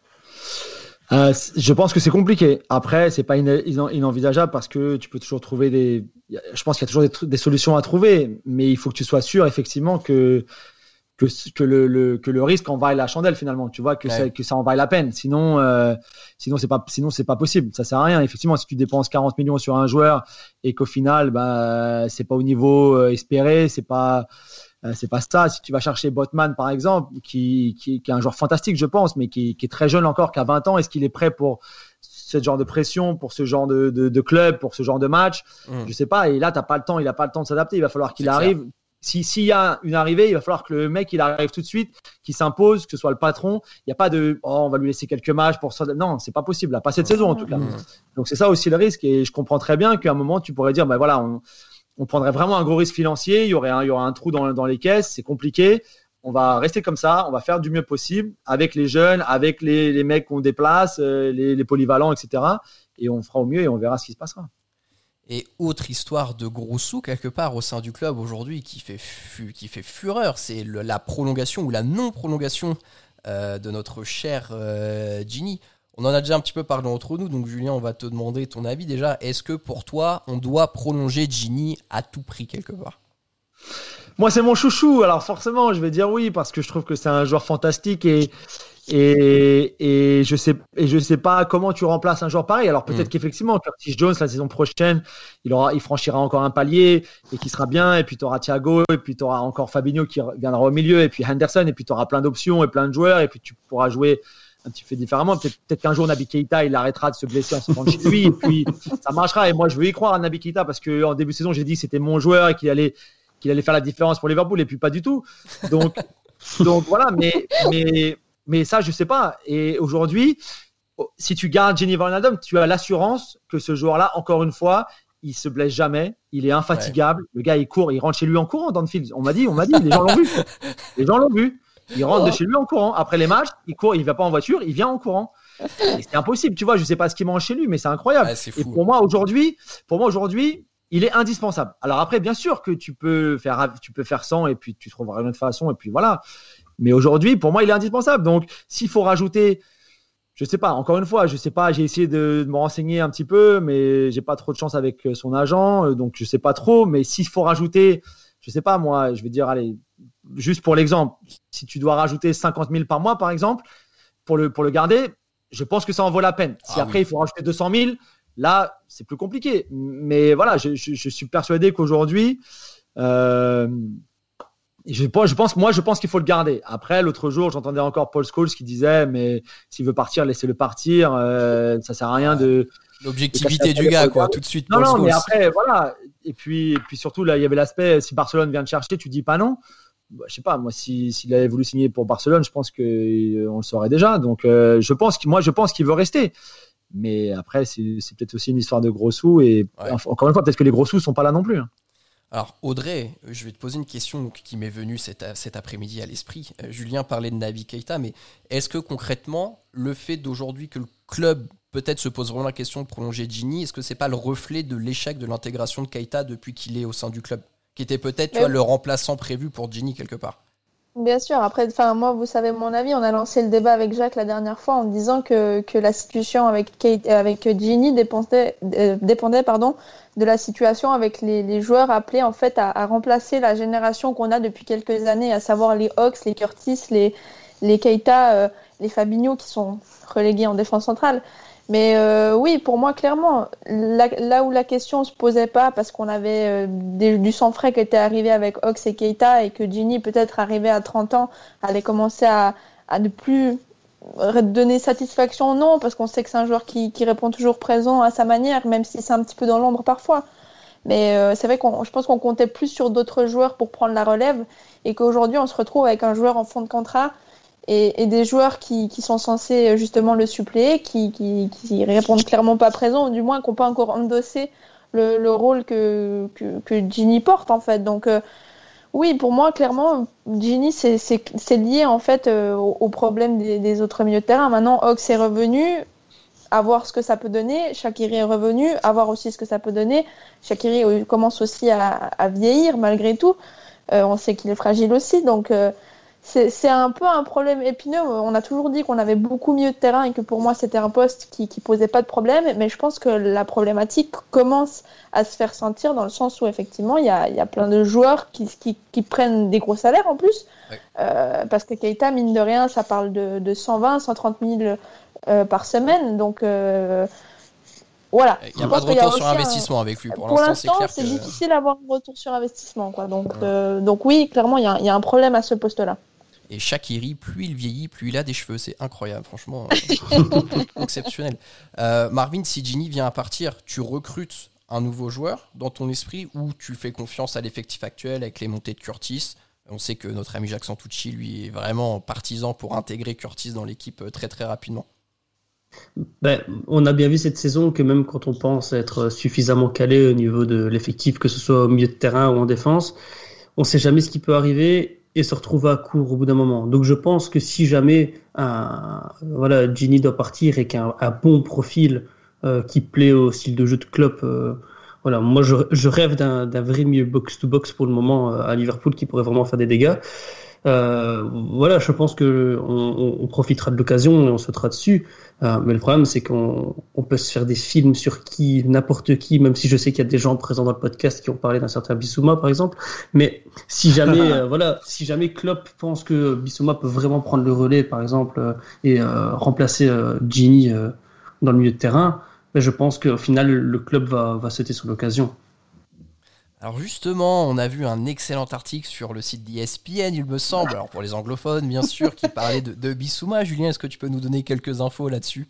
Speaker 6: Euh, je pense que c'est compliqué. Après, c'est pas inenvisageable parce que tu peux toujours trouver des. Je pense qu'il y a toujours des, des solutions à trouver, mais il faut que tu sois sûr effectivement que que, que le, le que le risque en vaille la chandelle finalement. Tu vois que ouais. ça, que ça en vaille la peine. Sinon, euh, sinon c'est pas sinon c'est pas possible. Ça sert à rien. Effectivement, si tu dépenses quarante millions sur un joueur et qu'au final, bah c'est pas au niveau euh, espéré, c'est pas Euh, c'est pas ça. Si tu vas chercher Botman, par exemple, qui, qui, qui est un joueur fantastique, je pense, mais qui, qui est très jeune encore, qui a vingt ans, est-ce qu'il est prêt pour ce genre de pression, pour ce genre de, de, de club, pour ce genre de match? mmh. Je sais pas. Et là, t'as pas le temps. Il a pas le temps de s'adapter. Il va falloir qu'il c'est arrive. Clair. Si, s'il y a une arrivée, il va falloir que le mec, il arrive tout de suite, qu'il s'impose, que ce soit le patron. Il n'y a pas de, oh, on va lui laisser quelques matchs pour ça. Non, c'est pas possible. Là. Pas cette mmh. saison, en tout cas. mmh. Donc, c'est ça aussi le risque. Et je comprends très bien qu'à un moment, tu pourrais dire, ben voilà, on, on prendrait vraiment un gros risque financier, il y aurait un, il y aura un trou dans, dans les caisses, c'est compliqué, on va rester comme ça, on va faire du mieux possible avec les jeunes, avec les, les mecs qu'on déplace, les, les polyvalents, et cetera. Et on fera au mieux et on verra ce qui se passera.
Speaker 1: Et autre histoire de gros sous quelque part au sein du club aujourd'hui qui fait, fu- qui fait fureur, c'est le, la prolongation ou la non-prolongation euh, de notre cher euh, Gini. On en a déjà un petit peu parlé entre nous, donc Julien, on va te demander ton avis déjà. Est-ce que pour toi, on doit prolonger Gini à tout prix quelque part ?
Speaker 6: Moi, c'est mon chouchou, alors forcément, je vais dire oui, parce que je trouve que c'est un joueur fantastique et, et, et, je sais, et je sais pas comment tu remplaces un joueur pareil. Alors peut-être mmh. qu'effectivement, Curtis Jones, la saison prochaine, il, aura, il franchira encore un palier et qui sera bien, et puis tu auras Thiago, et puis tu auras encore Fabinho qui viendra au milieu, et puis Henderson, et puis tu auras plein d'options et plein de joueurs, et puis tu pourras jouer un petit peu différemment. Peut-être, peut-être qu'un jour, Naby Keita, il arrêtera de se blesser en se rendant chez lui, et puis ça marchera. Et moi, je veux y croire à Naby Keita parce qu'en début de saison, j'ai dit que c'était mon joueur et qu'il allait, qu'il allait faire la différence pour Liverpool, et puis pas du tout. Donc, donc voilà, mais, mais, mais ça, je sais pas. Et aujourd'hui, si tu gardes Gini Wijnaldum, tu as l'assurance que ce joueur-là, encore une fois, il se blesse jamais, il est infatigable. Ouais. Le gars, il court, il rentre chez lui en courant dans le field. On m'a dit, on m'a dit, les gens l'ont vu. Les gens l'ont vu. Il rentre oh. de chez lui en courant. Après les matchs, il court, il va pas en voiture, il vient en courant. Et c'est impossible, tu vois. Je sais pas ce qu'il mange chez lui, mais c'est incroyable.
Speaker 1: Ouais, c'est fou.
Speaker 6: Et pour moi aujourd'hui, pour moi aujourd'hui, il est indispensable. Alors après, bien sûr que tu peux faire, tu peux faire sans et puis tu trouveras une autre façon et puis voilà. Mais aujourd'hui, pour moi, il est indispensable. Donc, s'il faut rajouter, je sais pas. Encore une fois, je sais pas. J'ai essayé de, de me renseigner un petit peu, mais j'ai pas trop de chance avec son agent, donc je sais pas trop. Mais s'il faut rajouter, je sais pas moi, je vais dire allez. Juste pour l'exemple, si tu dois rajouter cinquante mille par mois, par exemple, pour le, pour le garder, je pense que ça en vaut la peine. Si ah, après, oui. il faut rajouter deux cent mille, là, c'est plus compliqué. Mais voilà, je, je, je suis persuadé qu'aujourd'hui, euh, je, je pense, moi, je pense qu'il faut le garder. Après, l'autre jour, j'entendais encore Paul Scholes qui disait, mais s'il veut partir, laissez-le partir. Euh, ça sert à rien de.
Speaker 1: L'objectivité de du gars, quoi, tout de suite.
Speaker 6: Non,
Speaker 1: Paul
Speaker 6: non,
Speaker 1: Scholes.
Speaker 6: Mais après, voilà. Et puis, et puis surtout, là, il y avait l'aspect, si Barcelone vient te chercher, tu dis pas non. Bah, je sais pas, moi, si, s'il avait voulu signer pour Barcelone, je pense qu'on euh, le saurait déjà. Donc, euh, je pense que, moi, je pense qu'il veut rester. Mais après, c'est, c'est peut-être aussi une histoire de gros sous. Et ouais. Encore une fois, peut-être que les gros sous sont pas là non plus. Hein.
Speaker 1: Alors Audrey, je vais te poser une question qui m'est venue cet, cet après-midi à l'esprit. Euh, Julien parlait de Naby Keita, mais est-ce que concrètement, le fait d'aujourd'hui que le club peut-être se pose vraiment la question de prolonger Gini, est-ce que c'est pas le reflet de l'échec de l'intégration de Keita depuis qu'il est au sein du club, qui était peut-être tu vois, le remplaçant prévu pour Gini quelque part?
Speaker 4: Bien sûr, après, enfin, moi, vous savez mon avis, on a lancé le débat avec Jacques la dernière fois en disant que, que la situation avec Kate, avec Gini dépendait, euh, dépendait, pardon, de la situation avec les, les joueurs appelés, en fait, à, à remplacer la génération qu'on a depuis quelques années, à savoir les Hawks, les Curtis, les, les Keita, euh, les Fabinho qui sont relégués en défense centrale. Mais euh, oui, pour moi, clairement, là, là où la question se posait pas, parce qu'on avait euh, des, du sang frais qui était arrivé avec Hawks et Keita, et que Gini, peut-être arrivé à trente ans, allait commencer à, à ne plus donner satisfaction, non, parce qu'on sait que c'est un joueur qui, qui répond toujours présent à sa manière, même si c'est un petit peu dans l'ombre parfois. Mais euh, c'est vrai qu'on, je pense qu'on comptait plus sur d'autres joueurs pour prendre la relève, et qu'aujourd'hui, on se retrouve avec un joueur en fond de contrat, Et, et des joueurs qui, qui sont censés justement le suppléer, qui, qui, qui répondent clairement pas présents, ou du moins qui n'ont pas encore endossé le, le rôle que, que, que Gini porte en fait. Donc euh, oui, pour moi clairement, Gini c'est, c'est, c'est lié en fait euh, au, au problème des, des autres milieux de terrain. Maintenant, Hawks est revenu, à voir ce que ça peut donner. Shaqiri est revenu, à voir aussi ce que ça peut donner. Shaqiri commence aussi à, à vieillir malgré tout. Euh, on sait qu'il est fragile aussi, donc euh, C'est, c'est un peu un problème épineux. On a toujours dit qu'on avait beaucoup mieux de terrain et que pour moi c'était un poste qui, qui posait pas de problème, mais je pense que la problématique commence à se faire sentir dans le sens où effectivement il y a, il y a plein de joueurs qui, qui, qui prennent des gros salaires en plus, ouais. euh, parce que Keita, mine de rien, ça parle de, de cent vingt, cent trente mille euh, par semaine, donc euh, voilà.
Speaker 1: Il n'y a pas de retour sur investissement un... avec lui. Pour,
Speaker 4: pour
Speaker 1: l'instant,
Speaker 4: l'instant,
Speaker 1: c'est, clair
Speaker 4: c'est
Speaker 1: que...
Speaker 4: difficile d'avoir un retour sur investissement, quoi. Donc, ouais. euh, donc oui, clairement, il y, y a un problème à ce poste-là.
Speaker 1: Et Shaqiri, plus il vieillit, plus il a des cheveux. C'est incroyable, franchement. Exceptionnel. Euh, Marvin, si Gini vient à partir, tu recrutes un nouveau joueur dans ton esprit ou tu fais confiance à l'effectif actuel avec les montées de Curtis? On sait que notre ami Jacques Santucci, lui, est vraiment partisan pour intégrer Curtis dans l'équipe très très rapidement.
Speaker 5: Ben, on a bien vu cette saison que même quand on pense être suffisamment calé au niveau de l'effectif, que ce soit au milieu de terrain ou en défense, on ne sait jamais ce qui peut arriver et se retrouver à court au bout d'un moment. Donc je pense que si jamais un, voilà, Gini doit partir et qu'un un bon profil euh, qui plaît au style de jeu de Klopp, euh, voilà, moi je, je rêve d'un, d'un vrai milieu box-to-box pour le moment euh, à Liverpool qui pourrait vraiment faire des dégâts. Euh, voilà, je pense que on, on profitera de l'occasion et on sautera dessus. Euh, mais le problème, c'est qu'on on peut se faire des films sur qui, n'importe qui, même si je sais qu'il y a des gens présents dans le podcast qui ont parlé d'un certain Bissouma, par exemple. Mais si jamais, euh, voilà, si jamais Klopp pense que Bissouma peut vraiment prendre le relais, par exemple, euh, et euh, remplacer euh, Gini euh, dans le milieu de terrain, ben, je pense qu'au final, le club va, va sauter sur l'occasion.
Speaker 1: Alors justement, on a vu un excellent article sur le site d'E S P N, il me semble, alors pour les anglophones bien sûr, qui parlait de, de Bissouma. Julien, est-ce que tu peux nous donner quelques infos là-dessus?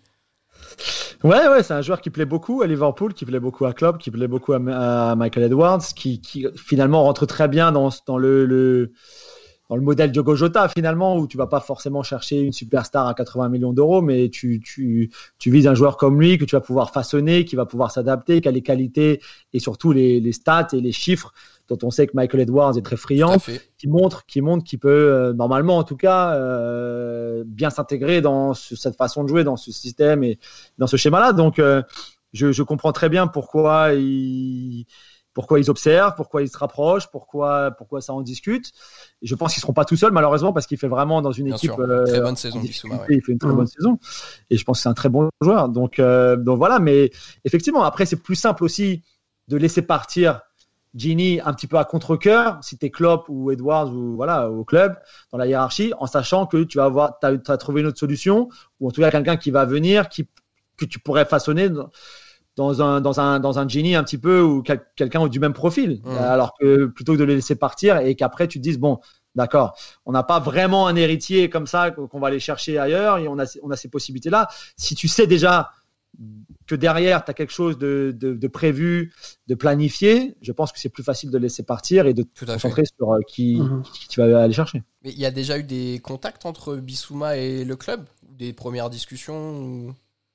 Speaker 6: Ouais, ouais, c'est un joueur qui plaît beaucoup à Liverpool, qui plaît beaucoup à Klopp, qui plaît beaucoup à, à Michael Edwards, qui, qui finalement rentre très bien dans, dans le... le... dans le modèle Diogo Jota, finalement, où tu vas pas forcément chercher une superstar à quatre-vingts millions d'euros, mais tu, tu, tu vises un joueur comme lui que tu vas pouvoir façonner, qui va pouvoir s'adapter, qui a les qualités et surtout les, les stats et les chiffres dont on sait que Michael Edwards est très friand, qui montre, qui montre qu'il peut, euh, normalement en tout cas, euh, bien s'intégrer dans ce, cette façon de jouer, dans ce système et dans ce schéma-là. Donc, euh, je, je comprends très bien pourquoi il... pourquoi ils observent, pourquoi ils se rapprochent, pourquoi, pourquoi ça en discute. Et je pense qu'ils ne seront pas tout seuls, malheureusement, parce qu'il fait vraiment dans une
Speaker 1: Bien
Speaker 6: équipe.
Speaker 1: Sûr, euh, très bonne saison, Bissouma, ouais.
Speaker 6: Il fait une très
Speaker 5: mmh.
Speaker 6: bonne saison. Et je pense que c'est un très bon joueur. Donc, euh, donc voilà, mais effectivement, après, c'est plus simple aussi de laisser partir Gini un petit peu à contre-cœur, si tu es Klopp ou Edwards ou voilà, au club, dans la hiérarchie, en sachant que tu vas avoir, tu as trouvé une autre solution, ou en tout cas quelqu'un qui va venir, qui, que tu pourrais façonner dans un dans un dans un Gini un petit peu ou quel, quelqu'un du même profil, mmh. alors que plutôt que de le laisser partir et qu'après tu te dises bon d'accord, on n'a pas vraiment un héritier comme ça qu'on va aller chercher ailleurs et on a on a ces possibilités là. Si tu sais déjà que derrière tu as quelque chose de, de de prévu, de planifié, je pense que c'est plus facile de laisser partir et de te concentrer fait. sur qui, mmh. qui tu vas aller chercher.
Speaker 1: Mais il y a déjà eu des contacts entre Bissouma et le club, des premières discussions ou...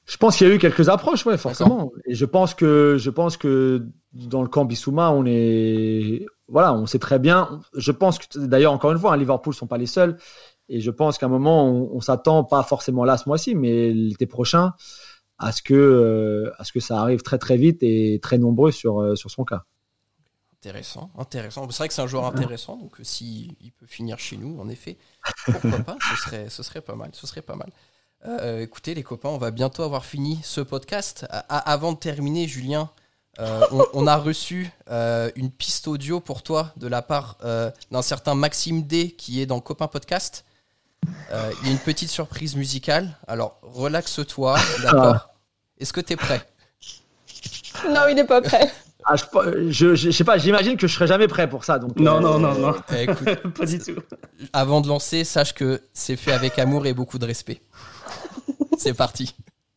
Speaker 6: Je pense qu'il y a eu quelques approches, ouais, forcément. D'accord. Et je pense que, je pense que dans le camp Bissouma, on est, voilà, on sait très bien. Je pense que, d'ailleurs, encore une fois, hein, Liverpool ne sont pas les seuls. Et je pense qu'à un moment, on, on s'attend pas forcément là ce mois-ci, mais l'été prochain, à ce que, euh, à ce que ça arrive très très vite et très nombreux sur, euh, sur son cas.
Speaker 1: Intéressant, intéressant. C'est vrai que c'est un joueur intéressant, donc s'il il peut finir chez nous, en effet, pourquoi pas, ce serait, ce serait pas mal, ce serait pas mal. Euh, écoutez les copains, on va bientôt avoir fini ce podcast. À, avant de terminer, Julien, euh, on, on a reçu euh, une piste audio pour toi de la part euh, d'un certain Maxime D qui est dans le Copain Podcast. Euh, il y a une petite surprise musicale. Alors, relaxe-toi, d'accord ? Est-ce que tu es prêt ?
Speaker 4: Non, il n'est pas prêt.
Speaker 6: Ah, je, je, je, je sais pas, j'imagine que je serai jamais prêt pour ça. Donc,
Speaker 5: non,
Speaker 6: euh,
Speaker 5: non, non, non.
Speaker 1: Euh, écoute,
Speaker 5: pas du tout.
Speaker 1: Avant de lancer, sache que c'est fait avec amour et beaucoup de respect. C'est parti.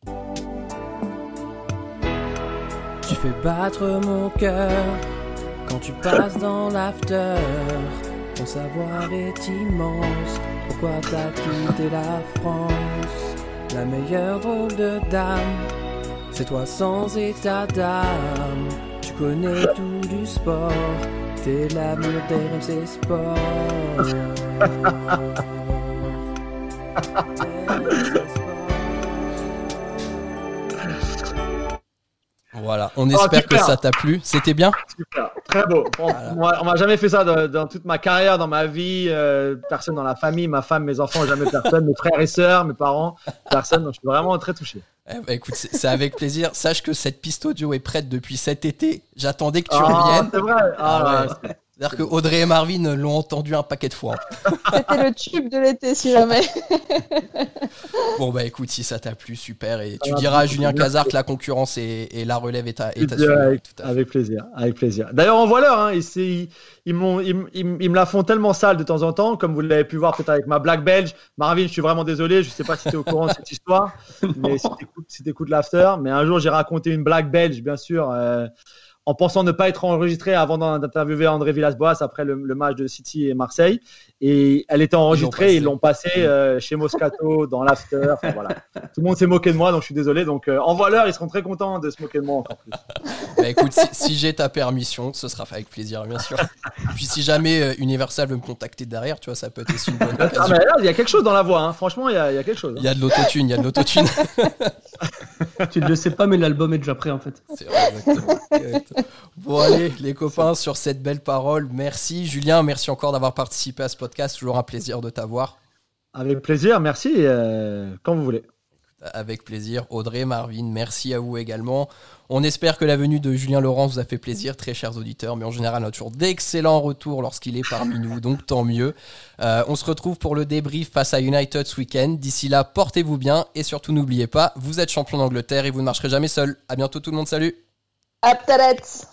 Speaker 7: Tu fais battre mon cœur quand tu passes dans l'after. Ton savoir est immense. Pourquoi t'as quitté la France? La meilleure drôle de dame, c'est toi sans état d'âme. Tu connais tout du sport, t'es l'avenir des R M C Sport.
Speaker 1: Voilà, on espère oh, que ça t'a plu. C'était bien ?
Speaker 6: Super, très beau. On, voilà. on m'a jamais fait ça dans, dans toute ma carrière, dans ma vie. Euh, personne dans la famille, ma femme, mes enfants, jamais personne. Mes frères et sœurs, mes parents, personne. Donc je suis vraiment très touché.
Speaker 1: Eh ben, écoute, c'est, c'est avec plaisir. Sache que cette piste audio est prête depuis cet été. J'attendais que tu
Speaker 6: oh,
Speaker 1: reviennes.
Speaker 6: C'est vrai. Ah,
Speaker 1: ouais. Ouais. C'est-à-dire que Audrey et Marvin l'ont entendu un paquet de fois.
Speaker 4: C'était le tube de l'été, si jamais.
Speaker 1: Bon, bah écoute, si ça t'a plu, super. Et tu ah, diras à Julien Cazard que la concurrence et, et la relève est à, est à suivre.
Speaker 6: Avec, avec plaisir, avec plaisir. D'ailleurs, on voit l'heure. Hein, ils, ils, ils, m'ont, ils, ils, ils me la font tellement sale de temps en temps, comme vous l'avez pu voir peut-être avec ma blague belge. Marvin, je suis vraiment désolé. Je ne sais pas si tu es au courant de cette histoire, mais si tu écoutes, si t'écoutes l'after. Mais un jour, j'ai raconté une blague belge, bien sûr. Euh, en pensant ne pas être enregistré avant d'interviewer André Villas-Boas après le, le match de City et Marseille. Et elle était enregistrée, ils l'ont passée euh, chez Moscato, dans l'after. Enfin, voilà. Tout le monde s'est moqué de moi, donc je suis désolé. Donc, euh, envoie-leur, ils seront très contents de se moquer de moi encore plus.
Speaker 1: Bah, écoute, si, si j'ai ta permission, ce sera fait avec plaisir, bien sûr. Puis si jamais euh, Universal veut me contacter derrière, tu vois, ça peut être aussi une bonne occasion.
Speaker 6: Ah, mais là, il y a quelque chose dans la voix, hein. Franchement, il y, y a quelque chose.
Speaker 1: Il hein. y a de l'autotune, il y a de l'autotune.
Speaker 5: Tu ne le sais pas, mais l'album est déjà prêt en fait.
Speaker 1: C'est vrai, exactement. exactement. Bon, allez, les copains, sur cette belle parole, merci. Julien, merci encore d'avoir participé à ce podcast. Toujours un plaisir de t'avoir.
Speaker 6: Avec plaisir, merci. Euh, quand vous voulez.
Speaker 1: Avec plaisir. Audrey, Marvin, merci à vous également. On espère que la venue de Julien Laurent vous a fait plaisir, très chers auditeurs, mais en général, on a toujours d'excellents retours lorsqu'il est parmi nous, donc tant mieux. Euh, on se retrouve pour le débrief face à United ce week-end. D'ici là, portez-vous bien et surtout, n'oubliez pas, vous êtes champion d'Angleterre et vous ne marcherez jamais seul. À bientôt tout le monde, salut.
Speaker 4: Up to